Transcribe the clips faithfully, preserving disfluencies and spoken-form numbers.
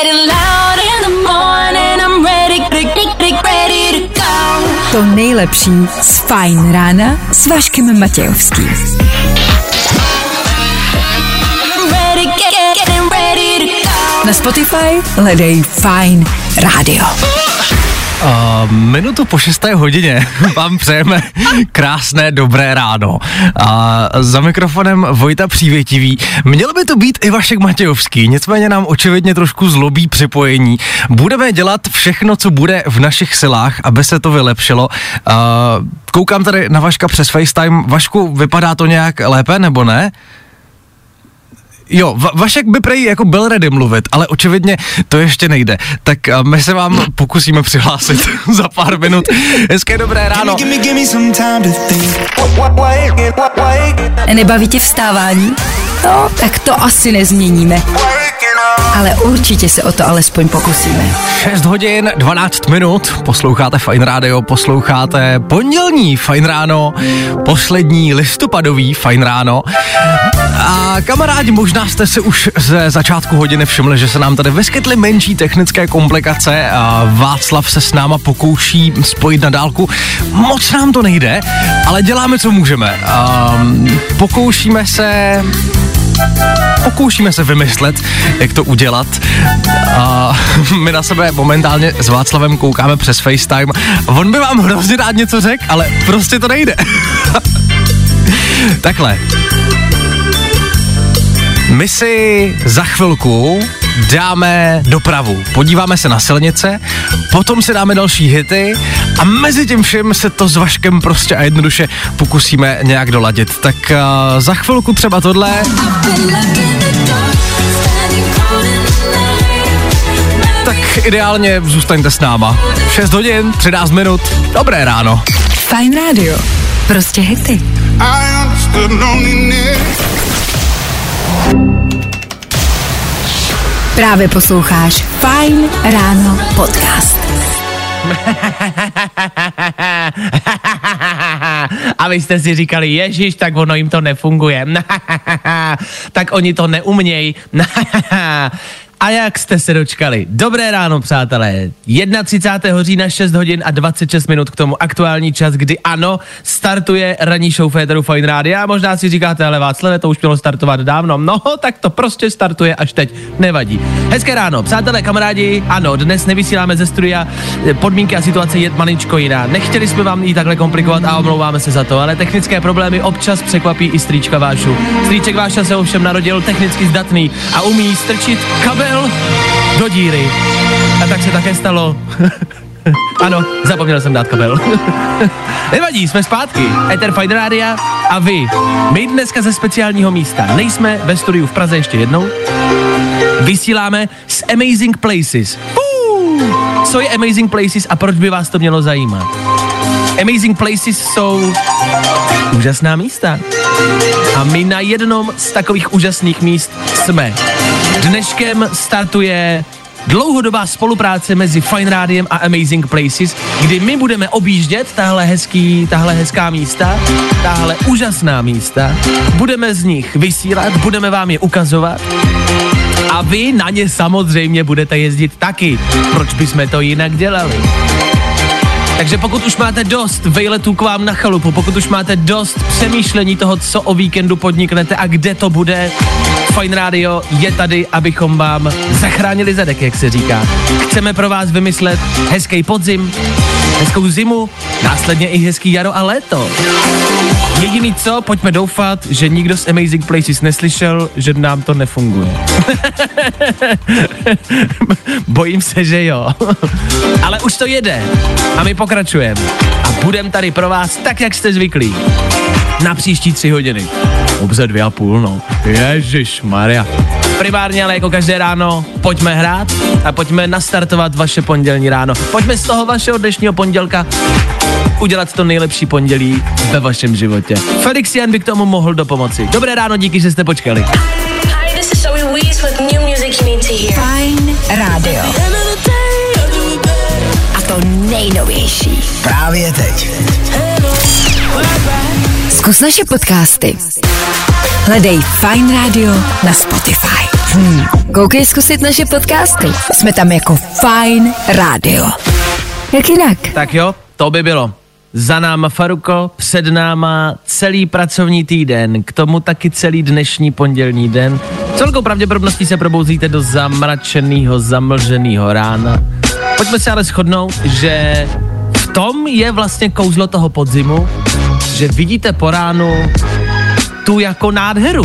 To nejlepší z Fajn rána s Vaškem Matějovským. Na Spotify hledej Fajn rádio. Uh, minutu po šesté hodině vám přejeme krásné dobré ráno. A uh, za mikrofonem Vojta Přívětivý. Měl by to být i Vašek Matějovský, nicméně nám očividně trošku zlobí připojení. Budeme dělat všechno, co bude v našich silách, aby se to vylepšilo. Uh, koukám tady na Vaška přes FaceTime. Vašku, vypadá to nějak lépe nebo ne? Jo, Va- Vašek by prej jako byl ready mluvit, ale očividně to ještě nejde. Tak uh, my se vám pokusíme přihlásit za pár minut. Hezké dobré ráno. Nebaví tě vstávání? No, tak to asi nezměníme. Ale určitě se o to alespoň pokusíme. šest hodin, dvanáct minut, posloucháte Fajn rádio, posloucháte pondělní Fajn ráno, poslední listopadový Fajn ráno. A kamarádi, možná jste si už ze začátku hodiny všimli, že se nám tady vyskytly menší technické komplikace a Václav se s náma pokouší spojit na dálku. Moc nám to nejde, ale děláme, co můžeme. Um, pokoušíme se... Pokoušíme se vymyslet, jak to udělat. A my na sebe momentálně s Václavem koukáme přes FaceTime. On by vám hrozně rád něco řekl, ale prostě to nejde. Takhle. My si za chvilku dáme dopravu, podíváme se na silnice, potom si dáme další hity a mezi tím všem se to s Vaškem prostě a jednoduše pokusíme nějak doladit. Tak uh, za chvilku třeba tohle. Tak ideálně zůstaňte s náma. šest hodin, třináct minut, dobré ráno. Fajn rádio, prostě hity. Právě posloucháš Fajn ráno podcast. A vy jste si říkali, ježiš, tak ono jim to nefunguje. Tak oni to neumějí. A jak jste se dočkali? Dobré ráno, přátelé. třicátého prvního října, šest hodin a dvacet šest minut k tomu aktuální čas, kdy ano, startuje ranní show Féteru Fajn rádia. Možná si říkáte, ale Václave, to už mělo startovat dávno. No, tak to prostě startuje až teď. Nevadí. Hezké ráno, přátelé, kamarádi. Ano, dnes nevysíláme ze studia. Podmínky a situace je maličko jiná. Nechtěli jsme vám ji takhle komplikovat a omlouváme se za to, ale technické problémy občas překvapí i strýčka Vášu. Strýček Váša se ovšem narodil technicky zdatný a umí strčit kabel do díry. A tak se také stalo. Ano, zapomněl jsem dát kabel. Nevadí, jsme zpátky. Éter Fajn rádia a vy. My dneska ze speciálního místa. Nejsme ve studiu v Praze ještě jednou. Vysíláme z Amazing Places. Uh, co je Amazing Places a proč by vás to mělo zajímat? Amazing Places jsou úžasná místa. A my na jednom z takových úžasných míst jsme. Dneškem startuje dlouhodobá spolupráce mezi Fajn rádiem a Amazing Places, kdy my budeme objíždět tahle hezký, tahle hezká místa, tahle úžasná místa, budeme z nich vysílat, budeme vám je ukazovat a vy na ně samozřejmě budete jezdit taky. Proč bychom to jinak dělali? Takže pokud už máte dost vejletů k vám na chalupu, pokud už máte dost přemýšlení toho, co o víkendu podniknete a kde to bude, Fajn rádio je tady, abychom vám zachránili zadek, jak se říká. Chceme pro vás vymyslet hezký podzim, hezkou zimu, následně i hezký jaro a léto. Jediný co, pojďme doufat, že nikdo z Amazing Places neslyšel, že nám to nefunguje. Bojím se, že jo. Ale už to jede a my pokračujeme. A budeme tady pro vás tak, jak jste zvyklí. Na příští tři hodiny. Obze dvě a půl, no. Ježišmarja. Primárně, ale jako každé ráno, pojďme hrát a pojďme nastartovat vaše pondělní ráno. Pojďme z toho vašeho dnešního pondělka udělat to nejlepší pondělí ve vašem životě. Felix Jan by k tomu mohl dopomoci. Dobré ráno, díky, že jste počkali. Hi, this is Zoe Wees with new music you need to hear. Fajn rádio. A to nejnovější. Právě teď. Zkus naše podcasty. Hledej Fajn rádio na Spotify. Hmm. Koukej zkusit naše podcasty. Jsme tam jako Fajn rádio. Jak jinak? Tak jo, to by bylo. Za náma Faruko, před náma celý pracovní týden, k tomu taky celý dnešní pondělní den. S velkou pravděpodobností se probouzíte do zamračeného, zamlženého rána. Pojďme se ale shodnout, že v tom je vlastně kouzlo toho podzimu, že vidíte po ránu tu jako nádheru.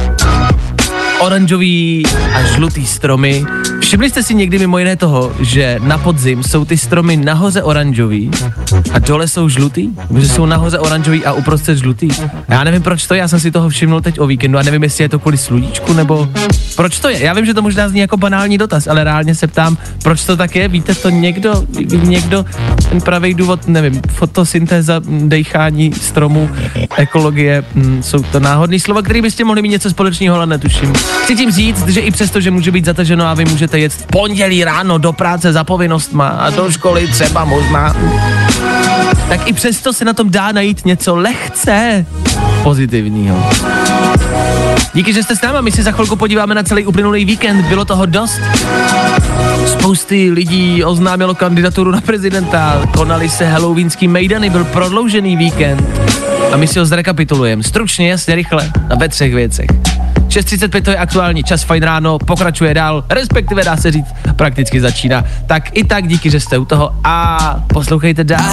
Oranžový a žlutý stromy. Všimli jste si někdy mimo jiné toho, že na podzim jsou ty stromy nahoře oranžový a dole jsou žlutý? Že jsou nahoře oranžový a uprostřed žlutý? Já nevím, proč to je, já jsem si toho všimnul teď o víkendu a nevím, jestli je to kvůli sluníčku, nebo proč to je. Já vím, že to možná zní jako banální dotaz, ale reálně se ptám, proč to tak je? Víte to někdo? Někdo? Ten pravý důvod, nevím, fotosyntéza, dejchání stromů, ekologie, hm, jsou to náhodný slova, který byste mohli mít něco společného, ale netuším. Chci tím říct, že i přesto, že může být zataženo a vy můžete jet v pondělí ráno do práce za povinnostma a do školy třeba možná, tak i přesto se na tom dá najít něco lehce pozitivního. Díky, že jste s náma, my si za chvilku podíváme na celý uplynulý víkend, bylo toho dost. Spousty lidí oznámilo kandidaturu na prezidenta, konaly se halloweenský mejdany, byl prodloužený víkend a my si ho zrekapitulujeme stručně, jasně, rychle a ve třech věcech. šest třicet pět to je aktuální čas, Fajn ráno, pokračuje dál, respektive dá se říct, prakticky začíná. Tak i tak díky, že jste u toho a poslouchejte dál.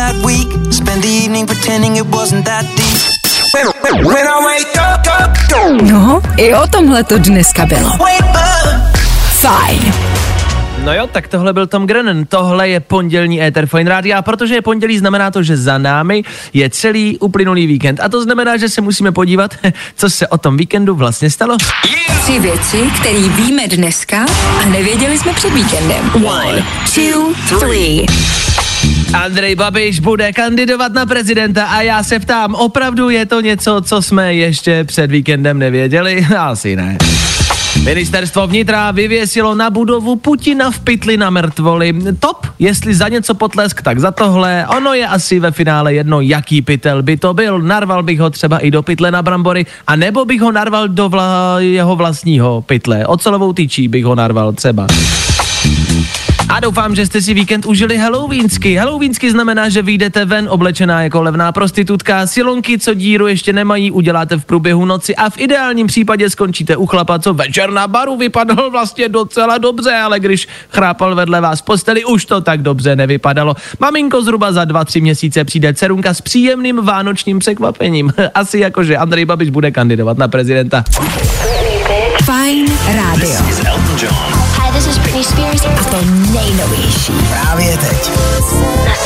No, i o tomhle to dneska bylo. Fajn. No jo, tak tohle byl Tom Grennan, tohle je pondělní éter Fajn rádia, protože je pondělí, znamená to, že za námi je celý uplynulý víkend a to znamená, že se musíme podívat, co se o tom víkendu vlastně stalo. Tři věci, které víme dneska a nevěděli jsme před víkendem. One, two, three. Andrej Babiš bude kandidovat na prezidenta a já se ptám, opravdu je to něco, co jsme ještě před víkendem nevěděli? Asi ne. Ministerstvo vnitra vyvěsilo na budovu Putina v pytli na mrtvoli. Top, jestli za něco potlesk, tak za tohle. Ono je asi ve finále jedno, jaký pytel by to byl. Narval bych ho třeba i do pytle na brambory, a nebo bych ho narval do vla, jeho vlastního pytle. Ocelovou tyčí bych ho narval třeba. A doufám, že jste si víkend užili halloweensky. Halloweensky znamená, že vyjdete ven oblečená jako levná prostitutka, silonky, co díru ještě nemají, uděláte v průběhu noci a v ideálním případě skončíte u chlapa, co večer na baru vypadal vlastně docela dobře, ale když chrápal vedle vás v posteli, už to tak dobře nevypadalo. Maminko, zhruba za dva, tři měsíce přijde dcerunka s příjemným vánočním překvapením. Asi jako, že Andrej Babiš bude kandidovat na prezidenta. Fajn rádio. Hi, this is Britney Spears. A to nejnovější. Právě teď. Let's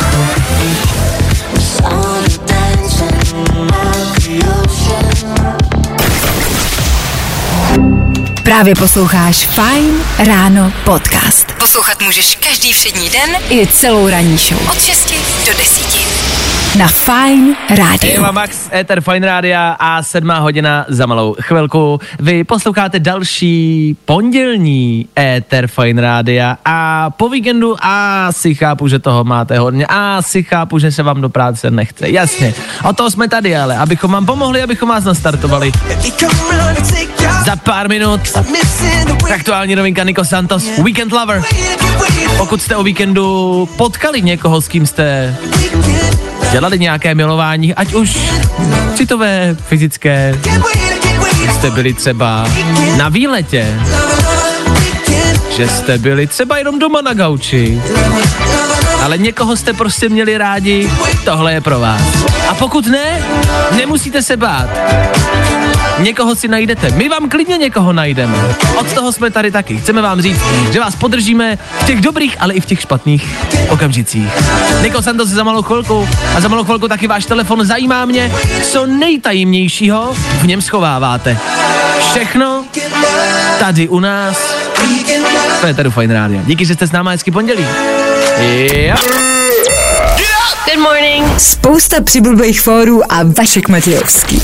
go. Právě posloucháš Fajn ráno podcast. Poslouchat můžeš každý všední den i celou ranní show. Od šesti do desíti. Na Fajn rádiu. Eva Max, éter Fajn rádia a sedmá hodina za malou chvilku. Vy posloucháte další pondělní éter Fajn rádia a po víkendu asi chápu, že toho máte hodně, asi chápu, že se vám do práce nechce. Jasně, o toho jsme tady, ale abychom vám pomohli, abychom vás nastartovali. Za pár minut aktuální novinka Nico Santos, Weekend Lover. Pokud jste o víkendu potkali někoho, s kým jste dělali nějaké milování, ať už citové, fyzické, jste byli třeba na výletě, že jste byli třeba jenom doma na gauči, ale někoho jste prostě měli rádi, tohle je pro vás. A pokud ne, nemusíte se bát. Někoho si najdete. My vám klidně někoho najdeme. Od toho jsme tady taky. Chceme vám říct, že vás podržíme v těch dobrých, ale i v těch špatných okamžicích. Nico Santos za malou chvilku a za malou chvilku taky váš telefon. Zajímá mě, co nejtajemnějšího v něm schováváte. Všechno tady u nás. To je tady Fajn rádia. Díky, že jste s náma, hezky pondělí. Yeah. Good morning. Spousta přibulbých fórů a Vašek Matějovský.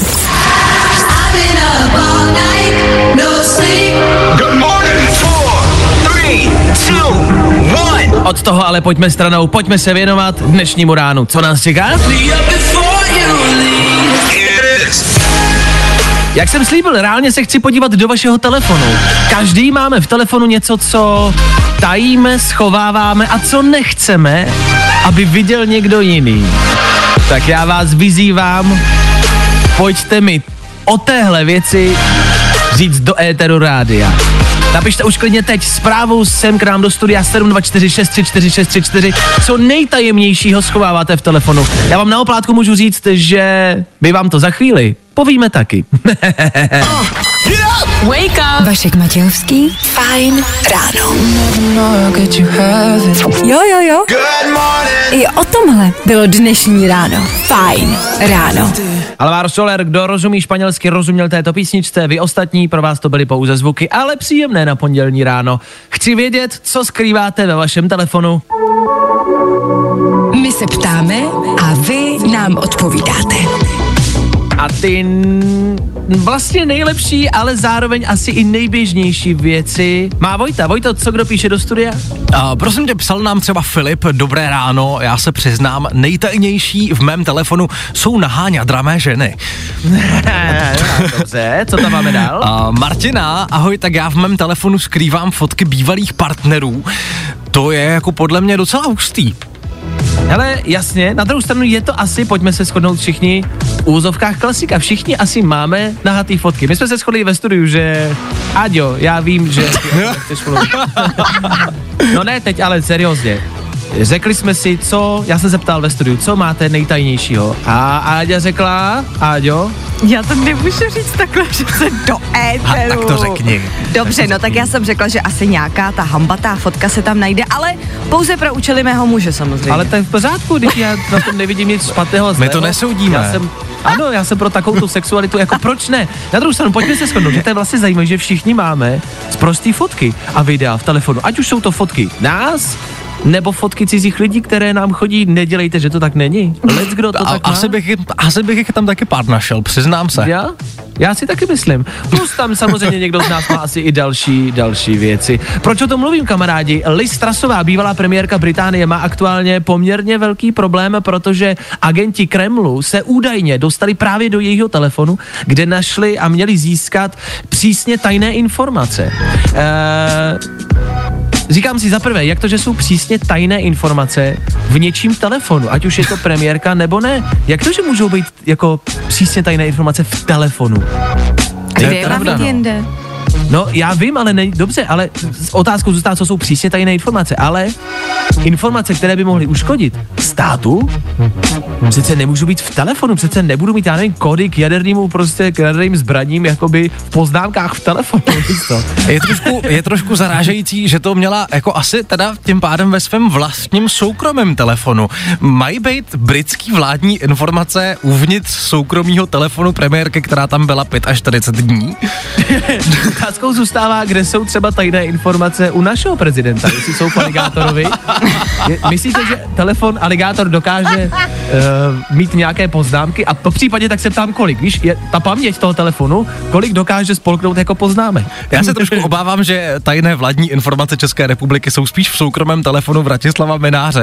Good morning, four, three, two, one. Od toho ale pojďme stranou, pojďme se věnovat dnešnímu ránu. Co nás čeká? Jak jsem slíbil, reálně se chci podívat do vašeho telefonu. Každý máme v telefonu něco, co tajíme, schováváme a co nechceme, aby viděl někdo jiný. Tak já vás vyzývám, pojďte mi o téhle věci říct do éteru rádia. Napište už klidně teď zprávu sem k nám do studia sedm dva čtyři šest tři čtyři šest tři čtyři, co nejtajemnějšího schováváte v telefonu. Já vám na oplátku můžu říct, že my vám to za chvíli povíme taky. Wake up! Vašek Matějovský, Fajn ráno. Jo, jo, jo. I o tomhle bylo dnešní ráno. Fajn ráno. Alvaro Soler, kdo rozumí španělsky, rozuměl této písničce, vy ostatní, pro vás to byly pouze zvuky, ale příjemné na pondělní ráno. Chci vědět, co skrýváte ve vašem telefonu. My se ptáme a vy nám odpovídáte. A ty n- vlastně nejlepší, ale zároveň asi i nejběžnější věci má Vojta. Vojto, co kdo píše do studia? Uh, prosím tě, psal nám třeba Filip, dobré ráno, já se přiznám, nejtajnější v mém telefonu jsou naháňadramé ženy. Dobře, co tam máme dál? Uh, Martina, ahoj, tak já v mém telefonu skrývám fotky bývalých partnerů. To je jako podle mě docela hustý. Hele, jasně, na druhou stranu je to asi, pojďme se shodnout všichni, v úzovkách klasika, všichni asi máme nahatý fotky. My jsme se shodli ve studiu, že Aďo, já vím, že chceš mluvit. No ne, teď ale seriózně. Řekli jsme si, co, já jsem se ptal ve studiu, co máte nejtajnějšího. A Áďa řekla, Áďo? Já to nemůžu říct takhle, že se do éteru. Tak to řekni. Dobře, no tak já jsem řekla, že asi nějaká ta hambatá fotka se tam najde, ale pouze pro účely mého muže samozřejmě. Ale to je v pořádku, když já na tom nevidím nic špatného. My to nesoudíme. Já jsem, ano, já jsem pro takovou tu sexualitu, jako proč ne? Na druhou stranu, pojďme se shodnout, že to je vlastně zajímavé, že všichni máme prostý fotky a videa v telefonu, ať už jsou to fotky nás, nebo fotky cizích lidí, které nám chodí, nedělejte, že to tak není. Let's kdo to A, tak má. asi, bych, asi bych jich tam taky pár našel, přiznám se. Já? Já si taky myslím. Plus tam samozřejmě někdo z nás má asi i další, další věci. Proč o tom mluvím, kamarádi? Liz Trussová, bývalá premiérka Británie, má aktuálně poměrně velký problém, protože agenti Kremlu se údajně dostali právě do jejího telefonu, kde našli a měli získat přísně tajné informace. Eee... Říkám si zaprvé, jak to, že jsou přísně tajné informace v něčím telefonu, ať už je to premiérka nebo ne. Jak to, že můžou být jako přísně tajné informace v telefonu? A kde je pravda, no. Jinde? No, já vím, ale ne, dobře, ale otázkou zůstává, co jsou přísně tajné informace, ale informace, které by mohly uškodit státu, přece nemůžu být v telefonu, přece nebudu mít, já nevím, kódy k jadernému, prostě k jaderným zbraním, jakoby v poznámkách v telefonu. Je trošku, je trošku zarážející, že to měla jako asi teda tím pádem ve svém vlastním soukromém telefonu. Mají být britský vládní informace uvnitř soukromého telefonu premiérky, která tam byla čtyřicet pět dní? Otázkou zůstává, kde jsou třeba tajné informace u našeho prezidenta, jestli jsou v aligátorovi. Je, myslíte, že telefon aligátor dokáže uh, mít nějaké poznámky a po případě tak se ptám kolik, víš, je ta paměť toho telefonu, kolik dokáže spolknout jako poznámek. Já se trošku obávám, že tajné vládní informace České republiky jsou spíš v soukromém telefonu Vratislava Mynáře.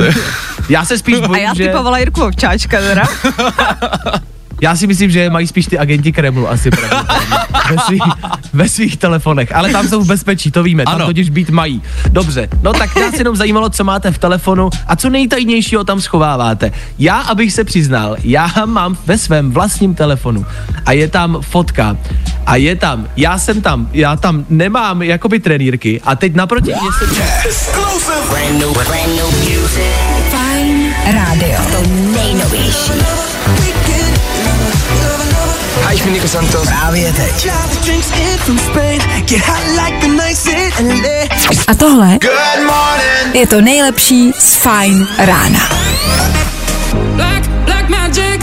Já se spíš bojím, A já že... typovala Jirku Ovčáčka, teda. Já si myslím, že mají spíš ty agenti Kremlu asi pravděpodobně ve, svých, ve svých telefonech, ale tam jsou v bezpečí, to víme, tam ano. Totiž být mají. Dobře, no tak nás jenom zajímalo, co máte v telefonu a co nejtajnějšího tam schováváte. Já, abych se přiznal, já mám ve svém vlastním telefonu a je tam fotka a je tam, já jsem tam, já tam nemám jakoby trenýrky a teď naproti mě jsem... Fajn rádio, to nejnovější. Hi, ich bin Nico Santos. Právě teď. A tohle je to nejlepší z Fajn rána. Black, black magic.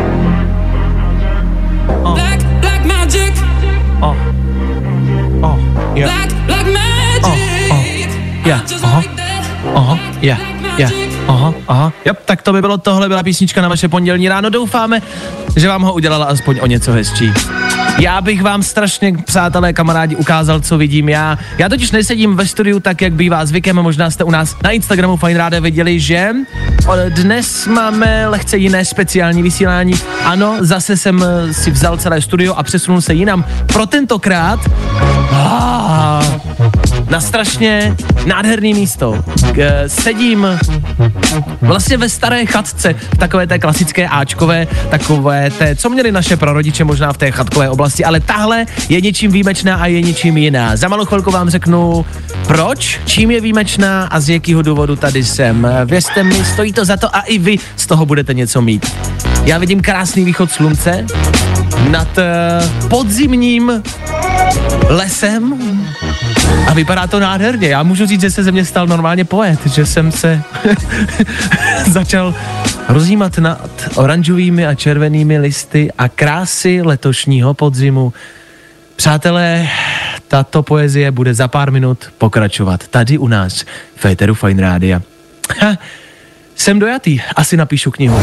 Oh. Black, black magic. Oh. Oh. Yeah. Black, black magic. Oh. Oh. Yeah. Aha. Aha. Yeah. Yeah. Aha, aha, jop, tak to by bylo, tohle byla písnička na vaše pondělní ráno. Doufáme, že vám ho udělala aspoň o něco hezčí. Já bych vám strašně, přátelé, kamarádi, ukázal, co vidím já. Já totiž nesedím ve studiu tak, jak bývá zvykem, možná jste u nás na Instagramu Fajn Rádia viděli, že dnes máme lehce jiné speciální vysílání. Ano, zase jsem si vzal celé studio a přesunul se jinam. Pro tentokrát ah, na strašně nádherný místo. Sedím vlastně ve staré chatce, takové té klasické áčkové, takové té, co měli naše prarodiče možná v té chatkové oblasti, ale tahle je něčím výjimečná a je něčím jiná. Za malou chvilku vám řeknu, proč, čím je výjimečná a z jakého důvodu tady jsem. Věřte mi, stojí to za to a i vy z toho budete něco mít. Já vidím krásný východ slunce nad uh, podzimním lesem a vypadá to nádherně. Já můžu říct, že se ze mě stal normálně poet, že jsem se začal rozjímat nad oranžovými a červenými listy a krásy letošního podzimu. Přátelé, tato poezie bude za pár minut pokračovat tady u nás v éteru Fajn Rádia. Ha, jsem dojatý, asi napíšu knihu.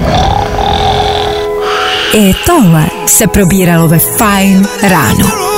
I tohle se probíralo ve Fajn ráno.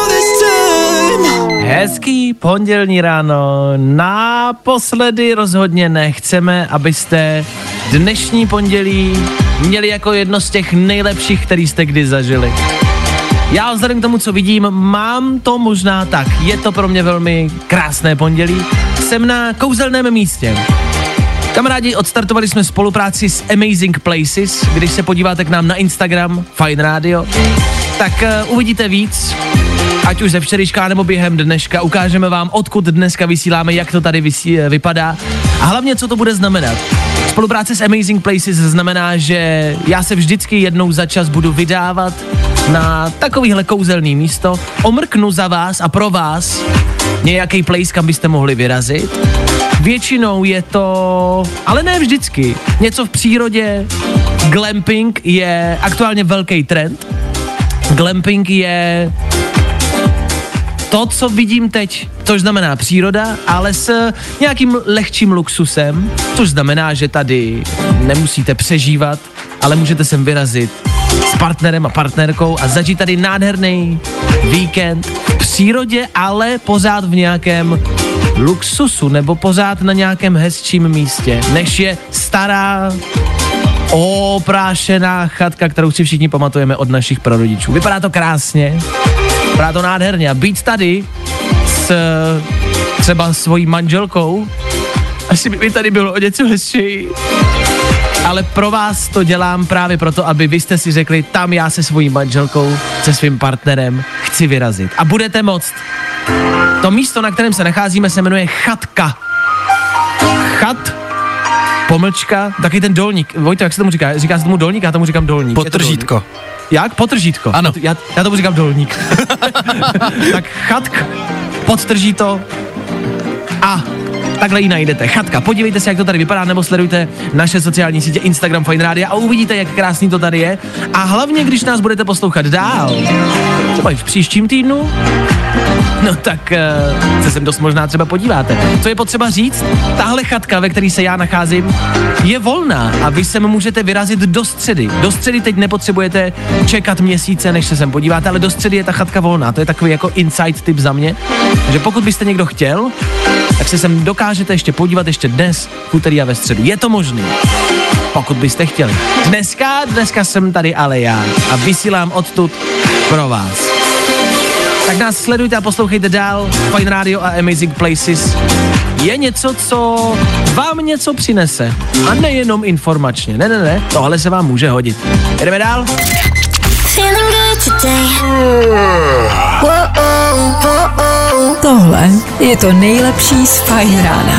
Hezký pondělní ráno, naposledy rozhodně nechceme, abyste dnešní pondělí měli jako jedno z těch nejlepších, který jste kdy zažili. Já vzhledem k tomu, co vidím, mám to možná tak. Je to pro mě velmi krásné pondělí. Jsem na kouzelném místě. Kamarádi, odstartovali jsme spolupráci s Amazing Places. Když se podíváte k nám na Instagram Fajn Radio, tak uh, uvidíte víc. Ať už ze včerejška nebo během dneška. Ukážeme vám, odkud dneska vysíláme, jak to tady vysí, vypadá a hlavně, co to bude znamenat. Spolupráce s Amazing Places znamená, že já se vždycky jednou za čas budu vydávat na takovýhle kouzelný místo, omrknu za vás a pro vás nějaký place, kam byste mohli vyrazit. Většinou je to, ale ne vždycky, něco v přírodě. Glamping je aktuálně velký trend. Glamping je to, co vidím teď, což znamená příroda, ale s nějakým lehčím luxusem, což znamená, že tady nemusíte přežívat, ale můžete sem vyrazit s partnerem a partnerkou a zažít tady nádherný víkend v přírodě, ale pořád v nějakém luxusu nebo pořád na nějakém hezčím místě, než je stará oprášená chatka, kterou si všichni pamatujeme od našich prarodičů. Vypadá to krásně, vypadá to nádherně a být tady s třeba svojí manželkou, asi by mi tady bylo o něco hezčí. Ale pro vás to dělám právě proto, aby vy jste si řekli, tam já se svojí manželkou, se svým partnerem chci vyrazit. A budete moct. To místo, na kterém se nacházíme, se jmenuje chatka. Chat, pomlčka, taky ten dolník. Vojto, jak se tomu říká? Říká se tomu dolník, já tomu říkám dolník. Potržítko. Dolník. Jak? Potržítko. Ano. Já, já tomu říkám dolník. Tak chatk, podtržíto a takhle ji najdete. Chatka. Podívejte se, jak to tady vypadá, nebo sledujte naše sociální sítě Instagram Fajn Rádia a uvidíte, jak krásný to tady je. A hlavně, když nás budete poslouchat dál, třeba i v příštím týdnu, no tak uh, se sem dost možná třeba podíváte. Co je potřeba říct? Tahle chatka, ve které se já nacházím, je volná a vy sem můžete vyrazit do středy. Do středy teď nepotřebujete čekat měsíce, než se sem podíváte, ale do středy je ta chatka volná. To je takový jako inside tip za mě, že pokud byste někdo chtěl, tak se sem dokážete ještě podívat ještě dnes, v úterý a ve středu. Je to možný, pokud byste chtěli. Dneska, dneska jsem tady ale já a vysílám odtud pro vás. Tak nás sledujte a poslouchejte dál. Fajn Radio a Amazing Places je něco, co vám něco přinese. A nejenom informačně. Ne, ne, ne, tohle se vám může hodit. Jdeme dál. Tohle je to nejlepší z Fajn rána.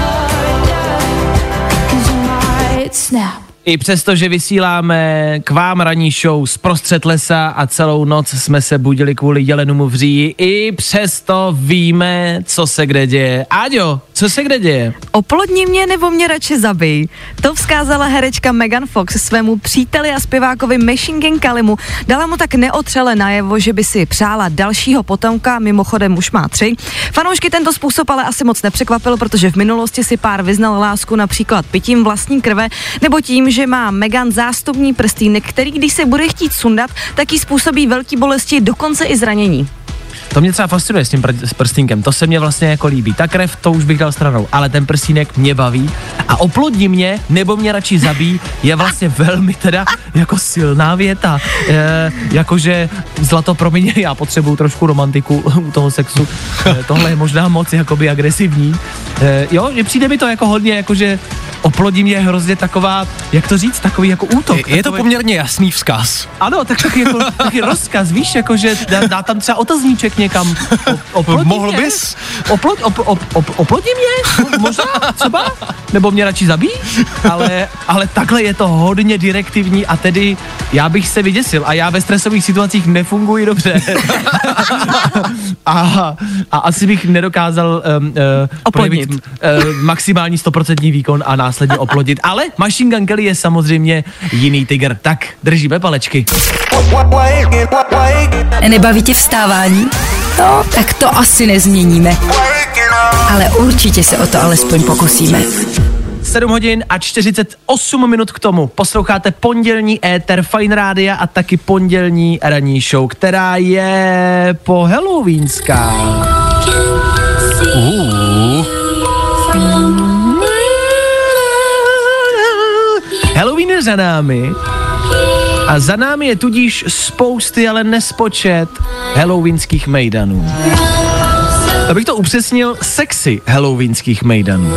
I přesto, že vysíláme k vám ranní show z prostřed lesa a celou noc jsme se budili kvůli jelenům v říji, i přesto víme, co se kde děje. Áďo, co co se kde děje? Oplodni mě nebo mě radši zabij. To vzkázala herečka Megan Fox svému příteli a zpěvákovi Machine Gun Kellymu. Dala mu tak neotřele najevo, že by si přála dalšího potomka, mimochodem už má tři. Fanoušky tento způsob ale asi moc nepřekvapil, protože v minulosti si pár vyznal lásku například pitím vlastní krve nebo tím, že má Megan zástupní prstýnek, který když se bude chtít sundat, tak jí způsobí velký bolesti, dokonce i zranění. To mě třeba fascinuje s tím pr- s prstínkem, to se mně vlastně jako líbí. Ta krev, to už bych dal stranou, ale ten prstínek mě baví a oplodni mě, nebo mě radši zabij, je vlastně velmi teda jako silná věta. E, jakože zlato, promiň, já potřebuju trošku romantiku u toho sexu. E, tohle je možná moc jakoby agresivní. E, jo, že přijde mi to jako hodně, jakože oplodni mě je hrozně taková, jak to říct, takový jako útok. Je, je to takový... poměrně jasný vzkaz. Ano, tak taky jako taky rozkaz, víš, jakože dá, dá tam třeba otazníček někam. O, Mohl bys? Oplod, op, op, op, oplodni mě? Možná, třeba? Nebo mě radši zabij? Ale, ale takhle je to hodně direktivní a tedy já bych se vyděsil a já ve stresových situacích nefunguji dobře. a, a asi bych nedokázal um, uh, oplodnit. Projevit, uh, maximální sto procent výkon a následně oplodit. Ale Machine Gun Kelly je samozřejmě jiný tygr. Tak, držíme palečky. Nebaví tě vstávání? No, tak to asi nezměníme. Ale určitě se o to alespoň pokusíme. sedm hodin a čtyřicet osm minut k tomu. Posloucháte pondělní éter Fajn rádia a taky pondělní ranní show, která je po halloweenská. Uh. Halloween je za námi a za námi je tudíž spousty, ale nespočet halloweenských mejdanů. Abych to upřesnil, sexy halloweenských mejdanů.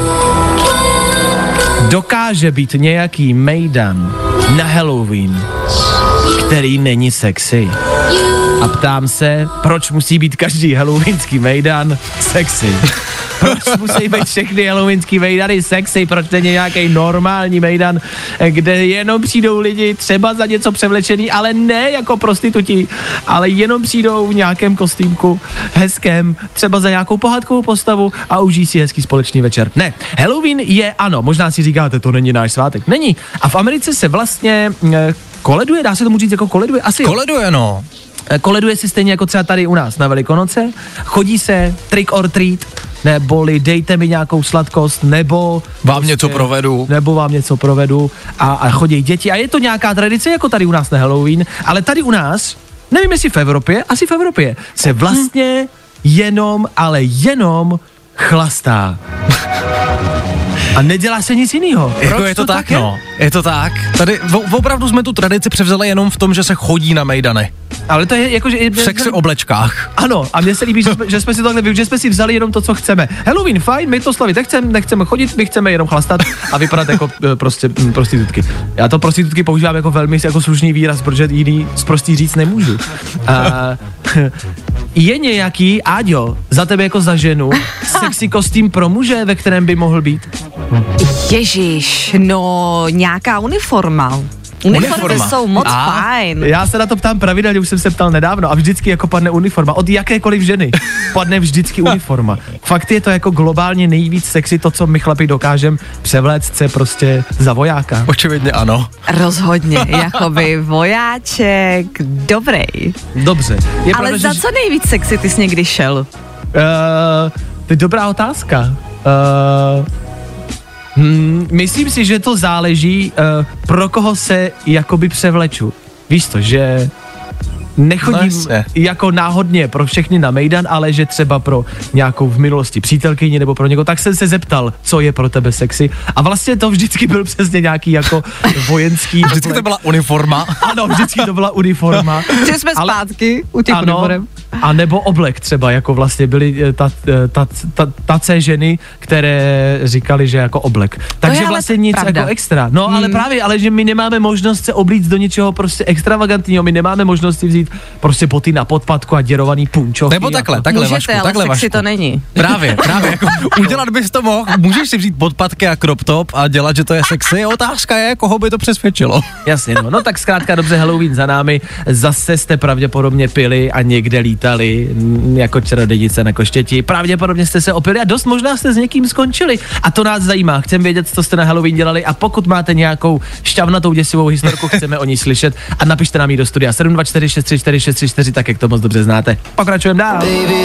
Dokáže být nějaký mejdan na Halloween, který není sexy. A ptám se, proč musí být každý halloweenský mejdan sexy? Proč musí být všechny halloweenský mejdany sexy? Proč není nějaký normální mejdan, kde jenom přijdou lidi třeba za něco převlečený, ale ne jako prostituti, ale jenom přijdou v nějakém kostýmku hezkém, třeba za nějakou pohádkovou postavu a užijí si hezký společný večer. Ne, Halloween je, ano, možná si říkáte, to není náš svátek. Není. A v Americe se vlastně e, koleduje, dá se tomu říct jako koleduje? Asi Koleduje, no. Koleduje si stejně jako třeba tady u nás na Velikonoce, chodí se trick or treat, neboli dejte mi nějakou sladkost, nebo vám prostě, něco provedu. Nebo vám něco provedu a, a chodí děti a je to nějaká tradice jako tady u nás na Halloween, ale tady u nás, nevím jestli v Evropě, asi v Evropě, se vlastně jenom, ale jenom chlastá. A nedělá se nic jiného. Jako je to, to tak, tak je? No. Je to tak. Tady v, opravdu jsme tu tradici převzali jenom v tom, že se chodí na mejdany. Ale to je jako, že... V sexy oblečkách. Ano, a mně se líbí, že jsme, že jsme si to takhle, že jsme si vzali jenom to, co chceme. Halloween, fajn, my to slavit nechceme, nechceme chodit, my chceme jenom chlastat a vypadat jako prostě m, prostitutky. Já to prostitutky používám jako velmi jako slušný výraz, protože jiný zprostý říct nemůžu. A, je nějaký, Áďo, za tebe jako za ženu, sexy kostým pro muže, ve kterém by mohl být? Ježíš, no nějaká uniforma. Uniformy jsou moc a, fajn. Já se na to ptám pravidelně, už jsem se ptal nedávno a vždycky jako padne uniforma. Od jakékoliv ženy padne vždycky uniforma. Fakt je to jako globálně nejvíc sexy to, co my chlapi dokážeme převléct se prostě za vojáka. Očividně ano. Rozhodně, jakoby vojáček, dobrý. Dobře. Je Ale pravda, za že... co nejvíc sexy ty jsi někdy šel? Uh, to je dobrá otázka. Uh, Hmm, myslím si, že to záleží, uh, pro koho se jakoby převleču. Víš to, že nechodím no jako náhodně pro všechny na mejdan, ale že třeba pro nějakou v minulosti přítelkyni nebo pro někoho, tak jsem se zeptal, co je pro tebe sexy. A vlastně to vždycky byl přesně nějaký jako vojenský. Vždycky to byla uniforma. Ano, vždycky to byla uniforma. Že jsme ale, zpátky u těch ano, uniform. A nebo oblek třeba, jako vlastně byly ta, ta, ta, tace ženy, které říkali, že jako oblek. Takže vlastně nic pravda. Jako extra. No hmm. ale právě, ale že my nemáme možnost se oblíct do něčeho prostě extravagantního, my nemáme možnost si vzít nosit prostě boty na podpatku a děrovaný punčochy. Nebo takhle, jako. takhle Můžete, Vašku, ale takhle sexy Vašku. to není. Právě, právě, jako udělat bys to mohl, můžeš si vzít podpatky a crop top a dělat, že to je sexy, otázka je, koho by to přesvědčilo. Jasně, no, no tak zkrátka dobře, Halloween za námi, zase jste pravděpodobně pili a někde lítali m, jako čarodějnice na koštěti, pravděpodobně jste se opili a dost možná jste s někým skončili a to nás zajímá, chceme vědět, co jste na Halloween dělali a pokud máte nějakou šťavnatou děsivou historku, chceme o ní slyšet a napište nám ji do studia sedm dva čtyři šest tři čtyři šest tři čtyři, tak jak to moc dobře znáte. Pokračujeme dál.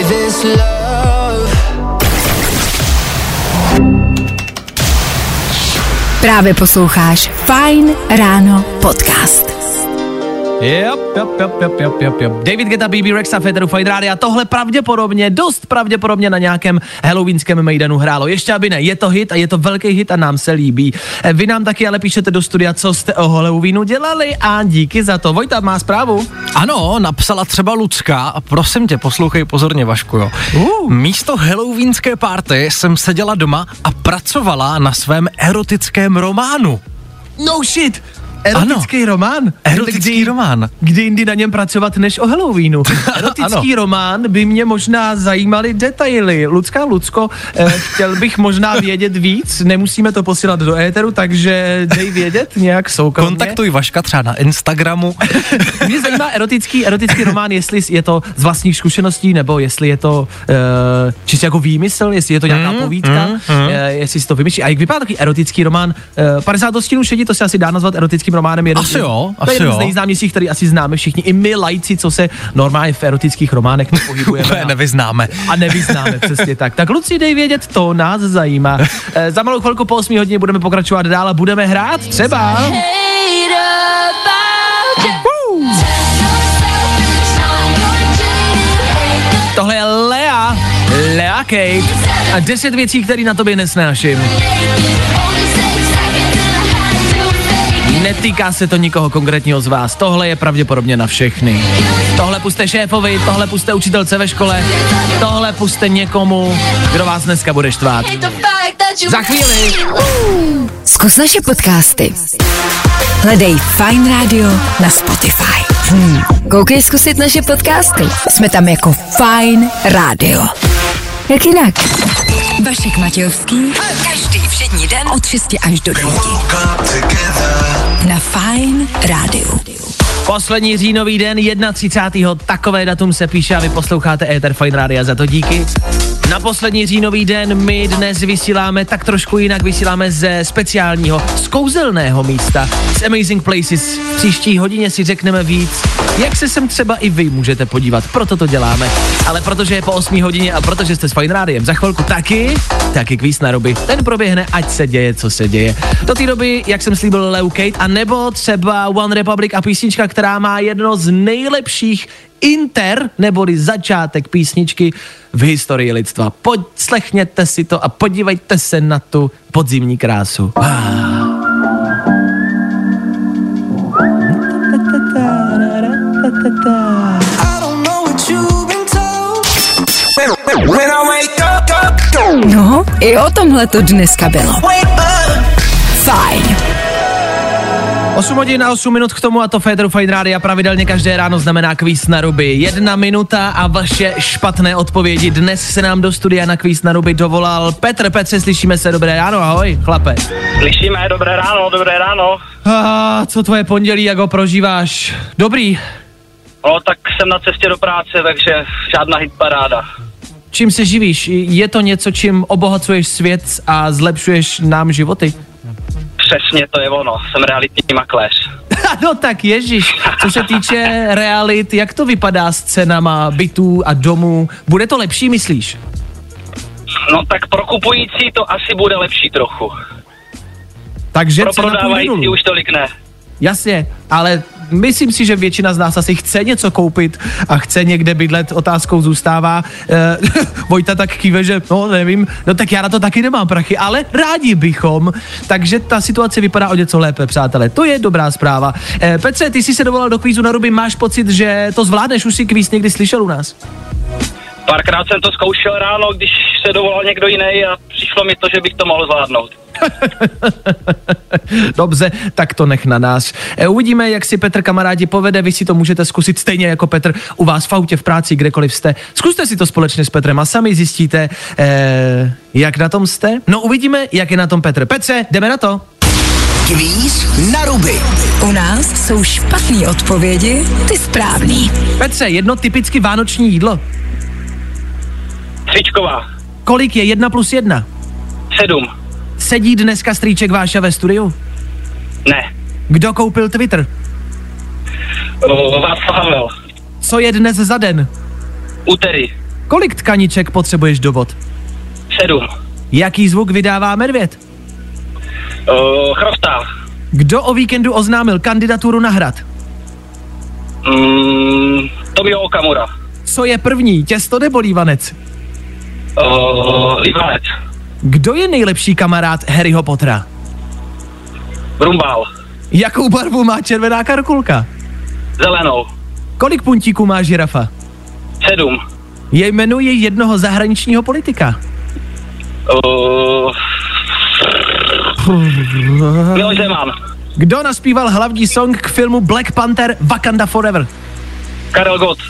Právě posloucháš Fajn ráno podcast. Yep, yep, yep, yep, yep, yep, yep. David Guetta, B B Rexa, Féteru Fajn Rádia. Tohle pravděpodobně, dost pravděpodobně na nějakém halloweenském mejdanu hrálo. Ještě aby ne, je to hit a je to velký hit a nám se líbí. Vy nám taky ale píšete do studia, co jste o Halloweenu dělali a díky za to. Vojta má zprávu. Ano, napsala třeba Lucka a prosím tě, poslouchej pozorně, Vašku, jo. Uh. Místo halloweenské party jsem seděla doma a pracovala na svém erotickém románu. No shit! Erotický ano. román? Erotický kdy, román. Kdy jindy na něm pracovat než o Halloweenu. Erotický román by mě možná zajímaly detaily. Lucka, Lucko, eh, chtěl bych možná vědět víc, nemusíme to posílat do éteru, takže dej vědět nějak soukromně. Kontaktuj Vaška třeba na Instagramu. Mě zajímá erotický, erotický román, jestli je to z vlastních zkušeností, nebo jestli je to uh, čistě jako výmysl, jestli je to nějaká Mm, povídka, mm, uh, mm. jestli si to vymyslí. A jak vypadá takový erotický román? Uh, padesát odstínů šedi, to se asi dá nazvat erotickým románem. Jeden, Asi jo, to je asi jeden jo. z nejznámějších, který asi známe všichni. I my lajci, co se normálně v erotických románech nepohybujeme. Úplně a, nevyznáme. a nevyznáme, přesně tak. Tak Luci, dej vědět, to nás zajímá. Uh, za malou chvilku po osmé hodině budeme pokračovat dál a budeme hrát třeba... Tohle je Lea, Lea Kate a deset věcí, které na tobě nesnáším. Netýká se to nikoho konkrétního z vás, tohle je pravděpodobně na všechny. Tohle puste šéfovi, tohle puste učitelce ve škole, tohle puste někomu, kdo vás dneska bude štvát. Za chvíli. Zkus naše podcasty. Hledej Fajn Radio na Spotify. Hmm. Koukej zkusit naše podcasty. Jsme tam jako Fajn Radio. Jak jinak? Vašek Matějovský. Každý všední den od šesti až do devíti. Na Fajn rádiu. Poslední říjnový den, třicátého prvního Takové datum se píše a vy posloucháte éter Fajn Rádia, za to díky. Na poslední říjnový den my dnes vysíláme tak trošku jinak, vysíláme ze speciálního, z kouzelného místa, z Amazing Places. V příští hodině si řekneme víc, jak se sem třeba i vy můžete podívat, proto to děláme. Ale protože je po osmé hodině a protože jste s Fajn Rádiem za chvilku taky, taky kvíz na ruby. Ten proběhne, ať se děje, co se děje. Do té doby, jak jsem slíbil, Leo Kate, a nebo třeba One Republic a písnička, která má jedno z nejlepších inter, neboli začátek písničky v historii lidstva. Poslechněte si to a podívejte se na tu podzimní krásu. Ah. No, i o tomhle to dneska bylo. Fajn. osm hodin a osm minut k tomu a to Féteru Fajn Rádia pravidelně každé ráno znamená kvíz na ruby. Jedna minuta a vaše špatné odpovědi. Dnes se nám do studia na kvíz na ruby dovolal Petr. Petře, slyšíme se, dobré ráno, ahoj, chlape. Slyšíme, dobré ráno, dobré ráno. A co tvoje pondělí, jak ho prožíváš? Dobrý. No, tak jsem na cestě do práce, takže žádná hitparáda. Čím se živíš? Je to něco, čím obohacuješ svět a zlepšuješ nám životy? Přesně to je ono, jsem realitní makléř. No tak ježiš, co se týče realit, jak to vypadá s cenama bytů a domů? Bude to lepší, myslíš? No tak pro kupující to asi bude lepší trochu. Takže pro cena půjde prodávající dolů. už tolik ne. Jasně, ale myslím si, že většina z nás asi chce něco koupit a chce někde bydlet, otázkou zůstává. E, Vojta tak kýve, že no nevím, no tak já na to taky nemám prachy, ale rádi bychom, takže ta situace vypadá o něco lépe, přátelé. To je dobrá zpráva. E, Petře, ty jsi se dovolal do kvízu na ruby, máš pocit, že to zvládneš, už si kvíz někdy slyšel u nás? Párkrát jsem to zkoušel ráno, když se dovolal někdo jiný a přišel přišlo mi to, že bych to mohl zvládnout. Dobře, tak to nech na nás. E, uvidíme, jak si Petr kamarádi povede, vy si to můžete zkusit stejně jako Petr u vás v autě, v práci, kdekoliv jste. Zkuste si to společně s Petrem a sami zjistíte, e, jak na tom jste. No uvidíme, jak je na tom Petr. Petře, jdeme na to. Kvíz na ruby. U nás jsou špatný odpovědi, ty správný. Petře, jedno typicky vánoční jídlo. Stříčková. Kolik je jedna plus jedna? Sedm. Sedí dneska strýček Váša ve studiu? Ne. Kdo koupil Twitter? Uh, Václav Havel. Co je dnes za den? Úterý. Kolik tkaniček potřebuješ do vod? Sedm. Jaký zvuk vydává medvěd? Uh, chroftá. Kdo o víkendu oznámil kandidaturu na hrad? Mm, Tomio Okamura. Co je první, těsto nebo lívanec? Uh, Lívanec. Kdo je nejlepší kamarád Harryho Pottera? Brumbál. Jakou barvu má červená karkulka? Zelenou. Kolik puntíků má žirafa? Sedm. Jmenuji jednoho zahraničního politika. Uh, Miloš Zeman. Kdo naspíval hlavní song k filmu Black Panther Wakanda Forever? Karel Gott.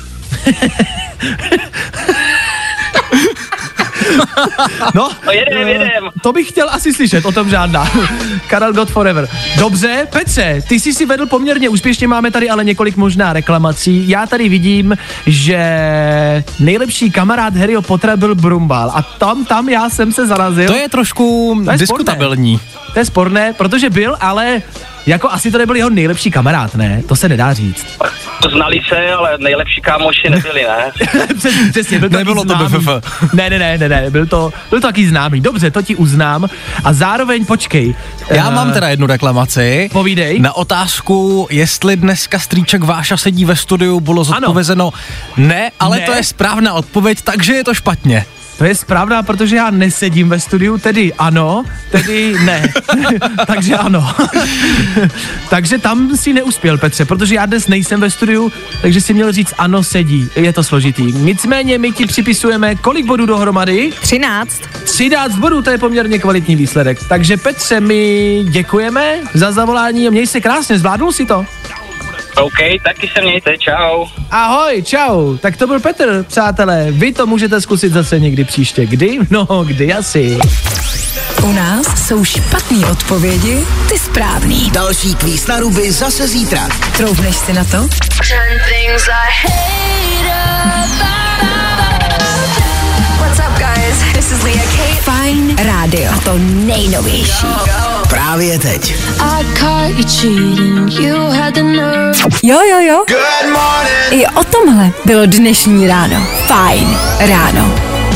No, no jedem, jedem. To bych chtěl asi slyšet, o tom žádná. Karel Gott Forever. Dobře, Petře, ty jsi si vedl poměrně úspěšně, máme tady ale několik možná reklamací. Já tady vidím, že nejlepší kamarád Harryho Pottera byl Brumbál a tam, tam já jsem se zarazil. To je trošku to je diskutabilní. Sporné. To je sporné, protože byl, ale jako asi to nebyl jeho nejlepší kamarád, ne? To se nedá říct. Znali se, ale nejlepší kámoši nebyli, ne? Přesně, byl to Nebylo to B F F. Ne, ne, ne, ne, ne, byl to, byl to taky známý. Dobře, to ti uznám. A zároveň, počkej. Já uh, mám teda jednu reklamaci. Povídej. Na otázku, jestli dneska strýček Váša sedí ve studiu, bylo zodpovězeno ne, ale Ne. to je správná odpověď, takže je to špatně. To je správná, protože já nesedím ve studiu, tedy ano, tedy ne. Takže ano. Takže tam si neuspěl, Petře, protože já dnes nejsem ve studiu, takže si měl říct ano, sedí. Je to složitý. Nicméně my ti připisujeme kolik bodů dohromady? třináct. třináct bodů, to je poměrně kvalitní výsledek. Takže Petře, my děkujeme za zavolání a měj se krásně, zvládnul si to? OK, taky se mějte, čau. Ahoj, čau. Tak to byl Petr, přátelé. Vy to můžete zkusit zase někdy příště. Kdy? No, kdy asi. U nás jsou špatný odpovědi, ty správný. Další kvíz na ruby zase zítra. Troufneš si na to? Ten things I hate about. What's up, guys? This is Leah Kate. Fajn rádio. A to nejnovější. Právě teď. I caught you cheating, you had the nerve. Jo, jo, jo. Good morning. I o tomhle bylo dnešní ráno. Fajn ráno.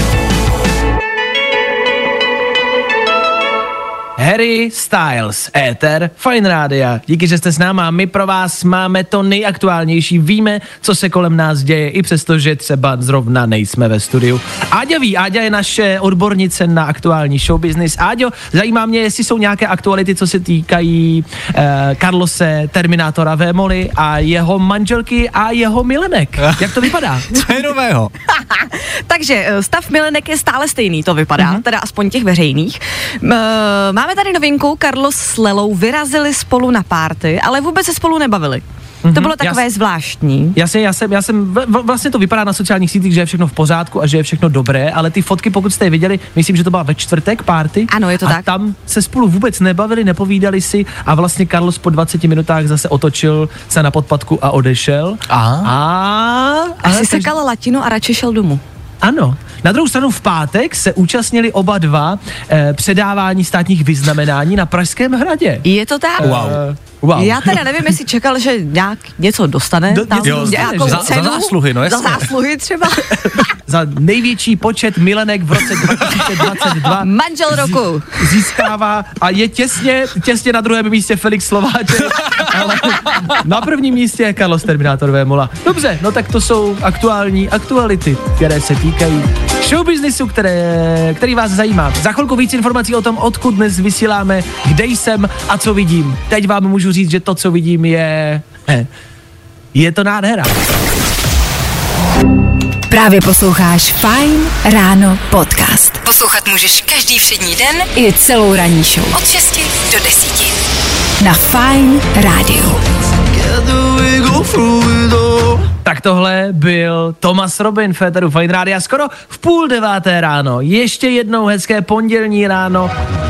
Harry Styles, éter, Fajn rádia. Díky, že jste s náma. My pro vás máme to nejaktuálnější. Víme, co se kolem nás děje, i přesto, že třeba zrovna nejsme ve studiu. Áďa ví, Áďa je naše odbornice na aktuální showbusiness. Áďo, zajímá mě, jestli jsou nějaké aktuality, co se týkají eh, Carlose, Terminátora Vémoli a jeho manželky a jeho milenek. Jak to vypadá? Co je nového? Takže eh, stav milenek je stále stejný, to vypadá, mm-hmm. teda aspoň těch veřejných. M- máme tady novinku, Carlos s Lelou vyrazili spolu na párty, ale vůbec se spolu nebavili. Mm-hmm. To bylo takové Jas- zvláštní. Jasně, já jsem, já jsem, v, vlastně to vypadá na sociálních sítích, že je všechno v pořádku a že je všechno dobré, ale ty fotky, pokud jste je viděli, myslím, že to byla ve čtvrtek party. Ano, je to a tak. tam se spolu vůbec nebavili, nepovídali si a vlastně Carlos po dvaceti minutách zase otočil se na podpatku a odešel. A? A... Asi ale- sekal latinu a radši šel domů. Ano. Na druhou stranu v pátek se účastnili oba dva eh, předávání státních vyznamenání na Pražském hradě. Je to tak? Wow. Eh, wow. Já teda nevím, jestli čekal, že nějak něco dostane. Do- tam něco dostane, nějakou že? Za- za cenu, zásluhy, no jasně. Za zásluhy třeba. Za největší počet milenek v roce dva tisíce dvacet dva Manžel roku. získává a je těsně, těsně na druhém místě Felix Slováček, ale na prvním místě je Carlos Terminátor Vémola. Dobře, no tak to jsou aktuální aktuality, které se týkají showbiznisu, které, který vás zajímá. Za chvilku víc informací o tom, odkud dnes vysíláme, kde jsem a co vidím. Teď vám můžu říct, že to, co vidím, je... Je to nádhera. Právě posloucháš Fajn ráno podcast. Poslouchat můžeš každý všední den i celou ranní show. Od šesti do deseti. Na Fajn rádiu. Tak tohle byl Thomas Robin v éteru Fajn rádia skoro v půl deváté ráno. Ještě jednou hezké pondělní ráno.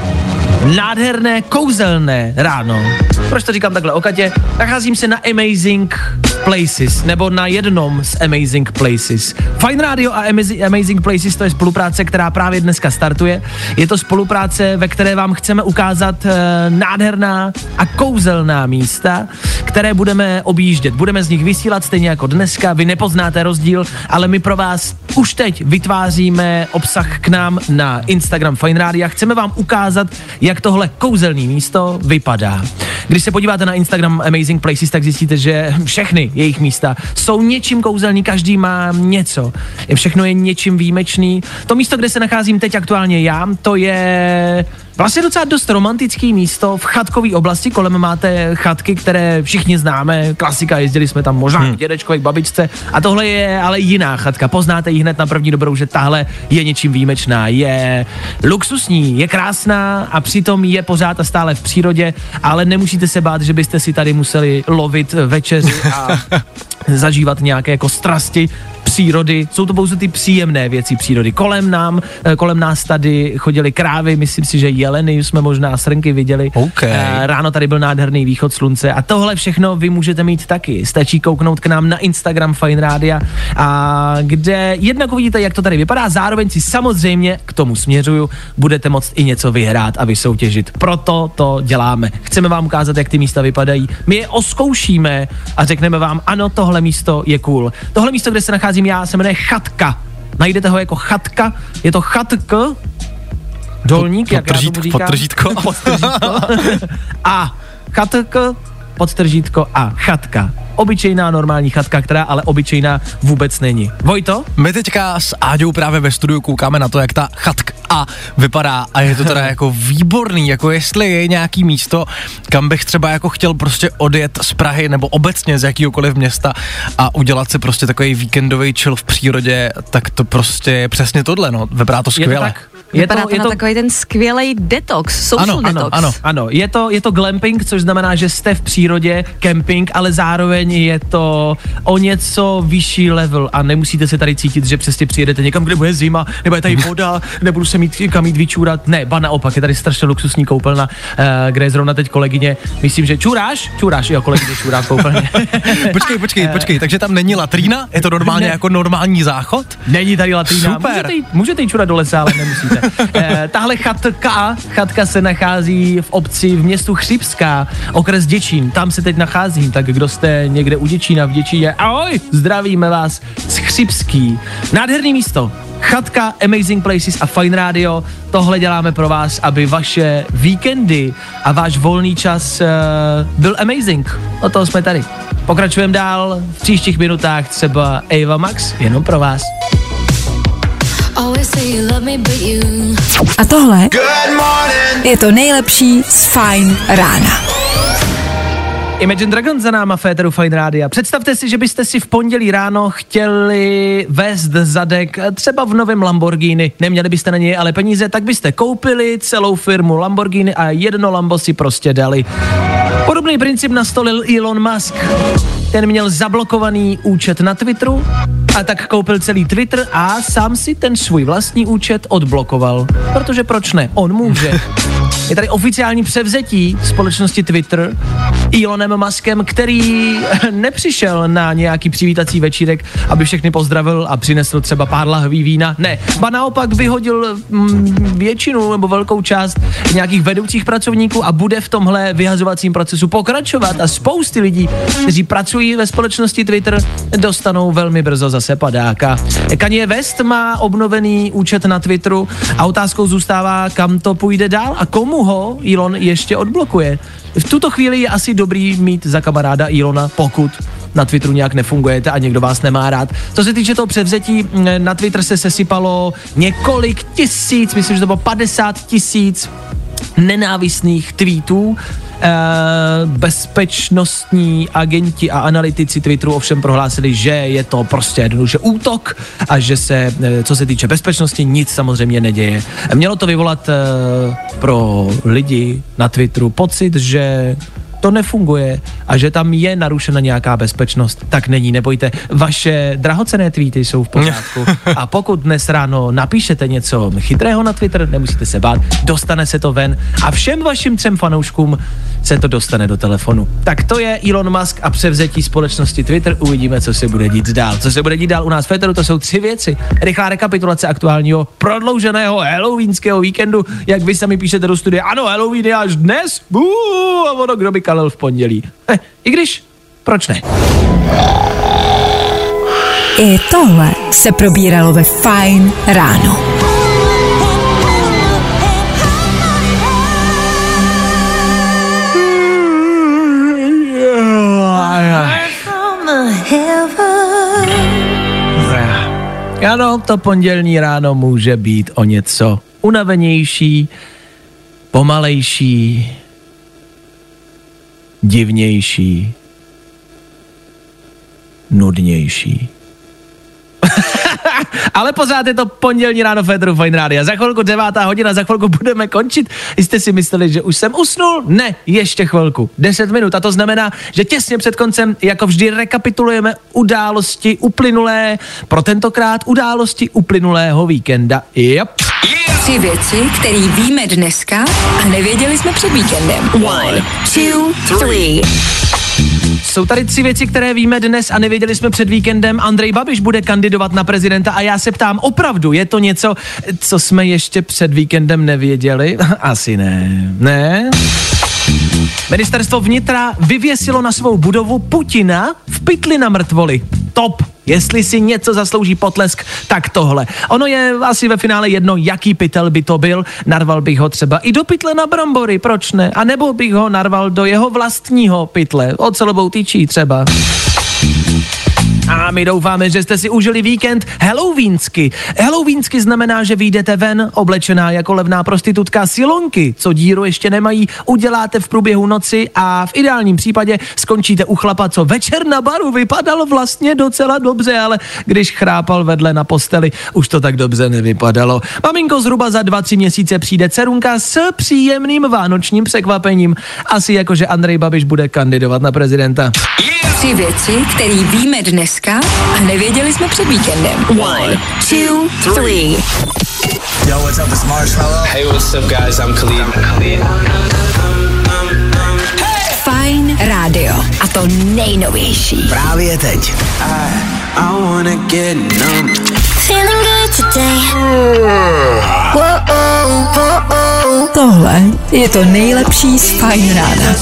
Nádherné, kouzelné ráno. Proč to říkám takhle o Katě? Nacházím se na Amazing Places, nebo na jednom z Amazing Places. Fajn Radio a Amazing Places, to je spolupráce, která právě dneska startuje. Je to spolupráce, ve které vám chceme ukázat e, nádherná a kouzelná místa, které budeme objíždět. Budeme z nich vysílat stejně jako dneska, vy nepoznáte rozdíl, ale my pro vás už teď vytváříme obsah k nám na Instagram Fajn Rádia. Chceme vám ukázat, jak tohle kouzelné místo vypadá. Když se podíváte na Instagram Amazing Places, tak zjistíte, že všechny jejich místa jsou něčím kouzelný, každý má něco. Všechno je něčím výjimečný. To místo, kde se nacházím teď aktuálně já, to je vlastně docela dost romantický místo v chatkový oblasti. Kolem máte chatky, které všichni známe, klasika, jezdili jsme tam možná hmm. k dědečkovi, k babičce. A tohle je ale jiná chatka. Poznáte ji hned na první dobrou, že tahle je něčím výjimečná. Je luxusní, je krásná a přitom je pořád a stále v přírodě, ale nemusíte se bát, že byste si tady museli lovit večeři a zažívat nějaké jako strasti přírody. Jsou to pouze ty příjemné věci přírody. Kolem nám, kolem nás tady chodily krávy, myslím si, že jeleny jsme možná srnky viděli. Okay. Ráno tady byl nádherný východ slunce a tohle všechno vy můžete mít taky. Stačí kouknout k nám na Instagram Fajn Rádia, a kde jednak uvidíte, jak to tady vypadá, zároveň si samozřejmě k tomu směřuju, budete moct i něco vyhrát a vysoutěžit. Proto to děláme. Chceme vám ukázat, jak ty místa vypadají. My je oskoušíme a řekneme vám, ano, tohle místo je cool. Tohle místo, kde se nacházím já, se jmenuje Chatka. Najdete ho jako Chatka, je to Chatk, dolník, jak já tomu říkám. Podtržítko. Podtržítko. A Chatk, podtržítko a chatka. Obyčejná normální chatka, která ale obyčejná vůbec není. Vojto? My teďka s Áďou právě ve studiu koukáme na to, jak ta chatka vypadá a je to teda jako výborný, jako jestli je nějaký místo, kam bych třeba jako chtěl prostě odjet z Prahy nebo obecně z jakýhokoliv města a udělat si prostě takový víkendový chill v přírodě, tak to prostě je přesně tohle, no, vypadá to skvěle. Je to tak? Je to, to je to takový ten skvělej detox, social ano, detox. Ano, ano, ano. Je to, je to glamping, což znamená, že jste v přírodě, camping, ale zároveň je to o něco vyšší level a nemusíte se tady cítit, že přesně přijedete někam, kde bude zima, nebo je tady voda, nebudu se mít kam jít vyčůrat. Ne, ba naopak, je tady strašně luxusní koupelna, kde je zrovna teď kolegyně, myslím, že čůráš? Čůráš, jo, kolegyně čůrá v koupelně. počkej, počkej, počkej, takže tam není latrína? Je to normálně ne. jako normální záchod? Není tady latrína. Super. Můžete jít, můžete jít čůrat do lesa, ale nemusíte. Eh, tahle chatka, chatka se nachází v obci v městu Chřibská, okres Děčín, tam se teď nacházím, tak kdo jste někde u Děčína v Děčíně, ahoj, zdravíme vás z Chřibský. Nádherný místo, chatka, Amazing Places a Fajn Radio, tohle děláme pro vás, aby vaše víkendy a váš volný čas uh, byl amazing. O toho jsme tady. Pokračujeme dál, v příštích minutách třeba Ava Max, jenom pro vás. A tohle je to nejlepší z Fajn rána. Imagine Dragons za náma v éteru Fajn Rádia. Představte si, že byste si v pondělí ráno chtěli vést zadek třeba v novém Lamborghini. Neměli byste na něj ale peníze, tak byste koupili celou firmu Lamborghini a jedno Lambo si prostě dali. Podobný princip nastolil Elon Musk. Ten měl zablokovaný účet na Twitteru a tak koupil celý Twitter a sám si ten svůj vlastní účet odblokoval. Protože proč ne? On může. Je tady oficiální převzetí společnosti Twitter Elonem Muskem, který nepřišel na nějaký přivítací večírek, aby všechny pozdravil a přinesl třeba pár lahví vína. Ne, ba naopak vyhodil mm, většinu nebo velkou část nějakých vedoucích pracovníků a bude v tomhle vyhazovacím procesu pokračovat a spousty lidí, kteří pracují ve společnosti Twitter, dostanou velmi brzo zase padáka. Kanye West má obnovený účet na Twitteru a otázkou zůstává, kam to půjde dál a komu ho Elon ještě odblokuje. V tuto chvíli je asi dobrý mít za kamaráda Elona, pokud na Twitteru nějak nefungujete a někdo vás nemá rád. Co se týče toho převzetí, na Twitter se sesypalo několik tisíc, myslím, že to bylo padesát tisíc nenávistných tweetů, bezpečnostní agenti a analytici Twitteru ovšem prohlásili, že je to prostě jednoduše útok a že se, co se týče bezpečnosti, nic samozřejmě neděje. Mělo to vyvolat pro lidi na Twitteru pocit, že to nefunguje a že tam je narušena nějaká bezpečnost, tak není, nebojte. Vaše drahocenné tweety jsou v pořádku a pokud dnes ráno napíšete něco chytrého na Twitter, nemusíte se bát, dostane se to ven a všem vašim třem fanouškům se to dostane do telefonu. Tak to je Elon Musk a převzetí společnosti Twitter. Uvidíme, co se bude dít dál. Co se bude dít dál u nás v Twitteru, to jsou tři věci. Rychlá rekapitulace aktuálního prodlouženého halloweenského víkendu, jak vy sami píšete do studia. Ano, Halloween je až dnes. Buu, a ono, kdo by kalil v pondělí. Eh, I když, proč ne? I tohle se probíralo ve Fajn ráno. Ano, to pondělní ráno může být o něco unavenější, pomalejší, divnější, nudnější. Ale pořád je to pondělní ráno v éteru Fajn rádia. Za chvilku devátá hodina, za chvilku budeme končit. Jste si mysleli, že už jsem usnul? Ne, ještě chvilku. Deset minut a to znamená, že těsně před koncem, jako vždy, rekapitulujeme události uplynulé, pro tentokrát události uplynulého víkenda. Yep. Tři věci, které víme dneska a nevěděli jsme před víkendem. One, two, three. Jsou tady tři věci, které víme dnes a nevěděli jsme před víkendem. Andrej Babiš bude kandidovat na prezidenta a já se ptám, opravdu je to něco, co jsme ještě před víkendem nevěděli? Asi ne. Ne? Ministerstvo vnitra vyvěsilo na svou budovu Putina v pytli na mrtvoli. Top! Jestli si něco zaslouží potlesk, tak tohle. Ono je asi ve finále jedno, jaký pytel by to byl. Narval bych ho třeba i do pytle na brambory, proč ne? A nebo bych ho narval do jeho vlastního pytle, ocelovou tyčí třeba. A my doufáme, že jste si užili víkend halloweensky. Halloweensky znamená, že vyjdete ven, oblečená jako levná prostitutka, silonky, co díru ještě nemají, uděláte v průběhu noci a v ideálním případě skončíte u chlapa, co večer na baru vypadal vlastně docela dobře, ale když chrápal vedle na posteli, už to tak dobře nevypadalo. Maminko, zhruba za dva, tři měsíce přijde dcerunka s příjemným vánočním překvapením. Asi jako, že Andrej Babiš bude kandidovat na prezidenta. Tři věci, které víme dneska a nevěděli jsme před víkendem. One, two, three. Yo, what's up, it's Marshmello. Hey, what's up, guys? I'm Khalid. I'm Khalid. Fajn rádio. A to nejnovější. Právě teď. I, I wanna get numb. Feeling good today. Tohle je to nejlepší z Fajn rána.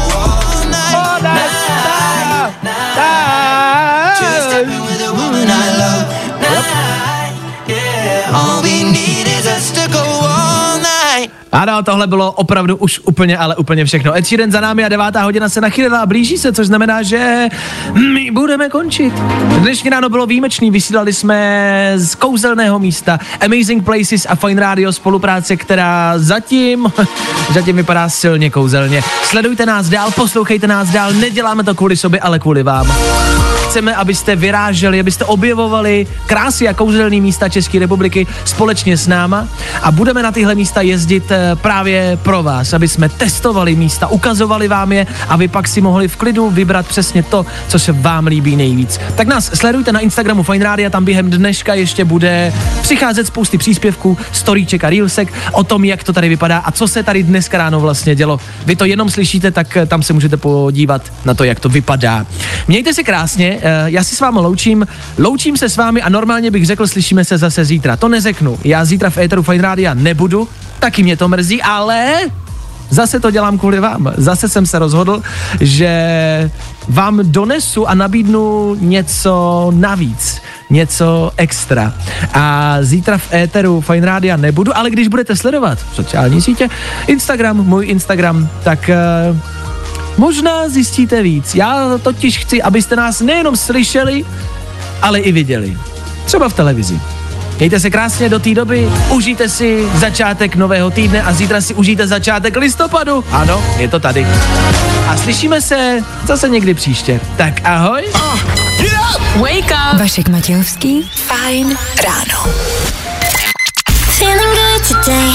Ano, tohle bylo opravdu už úplně, ale úplně všechno. Ed Sheeran za námi a devátá hodina se nachylila a blíží se, což znamená, že my budeme končit. Dnešní ráno bylo výjimečný, vysílali jsme z kouzelného místa Amazing Places a Fajn Radio spolupráce, která zatím, zatím vypadá silně kouzelně. Sledujte nás dál, poslouchejte nás dál, neděláme to kvůli sobě, ale kvůli vám. Chceme, abyste vyráželi, abyste objevovali krásy a kouzelné místa České republiky společně s náma a budeme na tyhle místa jezdit právě pro vás, aby jsme testovali místa, ukazovali vám je a vy pak si mohli v klidu vybrat přesně to, co se vám líbí nejvíc. Tak nás sledujte na Instagramu Fajn Rádia, tam během dneška ještě bude přicházet spousty příspěvků, storíček a reelsek o tom, jak to tady vypadá a co se tady dneska ráno vlastně dělo. Vy to jenom slyšíte, tak tam se můžete podívat na to, jak to vypadá. Mějte se krásně, já si s vámi loučím, loučím se s vámi a normálně bych řekl, slyšíme se zase zítra. To neřeknu, já zítra v éteru Fajn Rádia nebudu, taky mě to mrzí, ale zase to dělám kvůli vám. Zase jsem se rozhodl, že vám donesu a nabídnu něco navíc, něco extra. A zítra v éteru Fajn Rádia nebudu, ale když budete sledovat sociální sítě, Instagram, můj Instagram, tak uh, možná zjistíte víc. Já totiž chci, abyste nás nejenom slyšeli, ale i viděli. Třeba v televizi. Mějte se krásně do té doby, užijte si začátek nového týdne a zítra si užijte začátek listopadu. Ano, je to tady. A slyšíme se zase někdy příště. Tak ahoj. Oh, wake up. Vašek Matějovský, Fajn ráno. Feeling good today.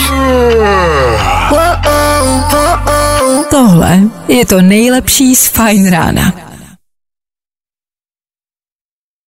Tohle je to nejlepší z Fajn rána.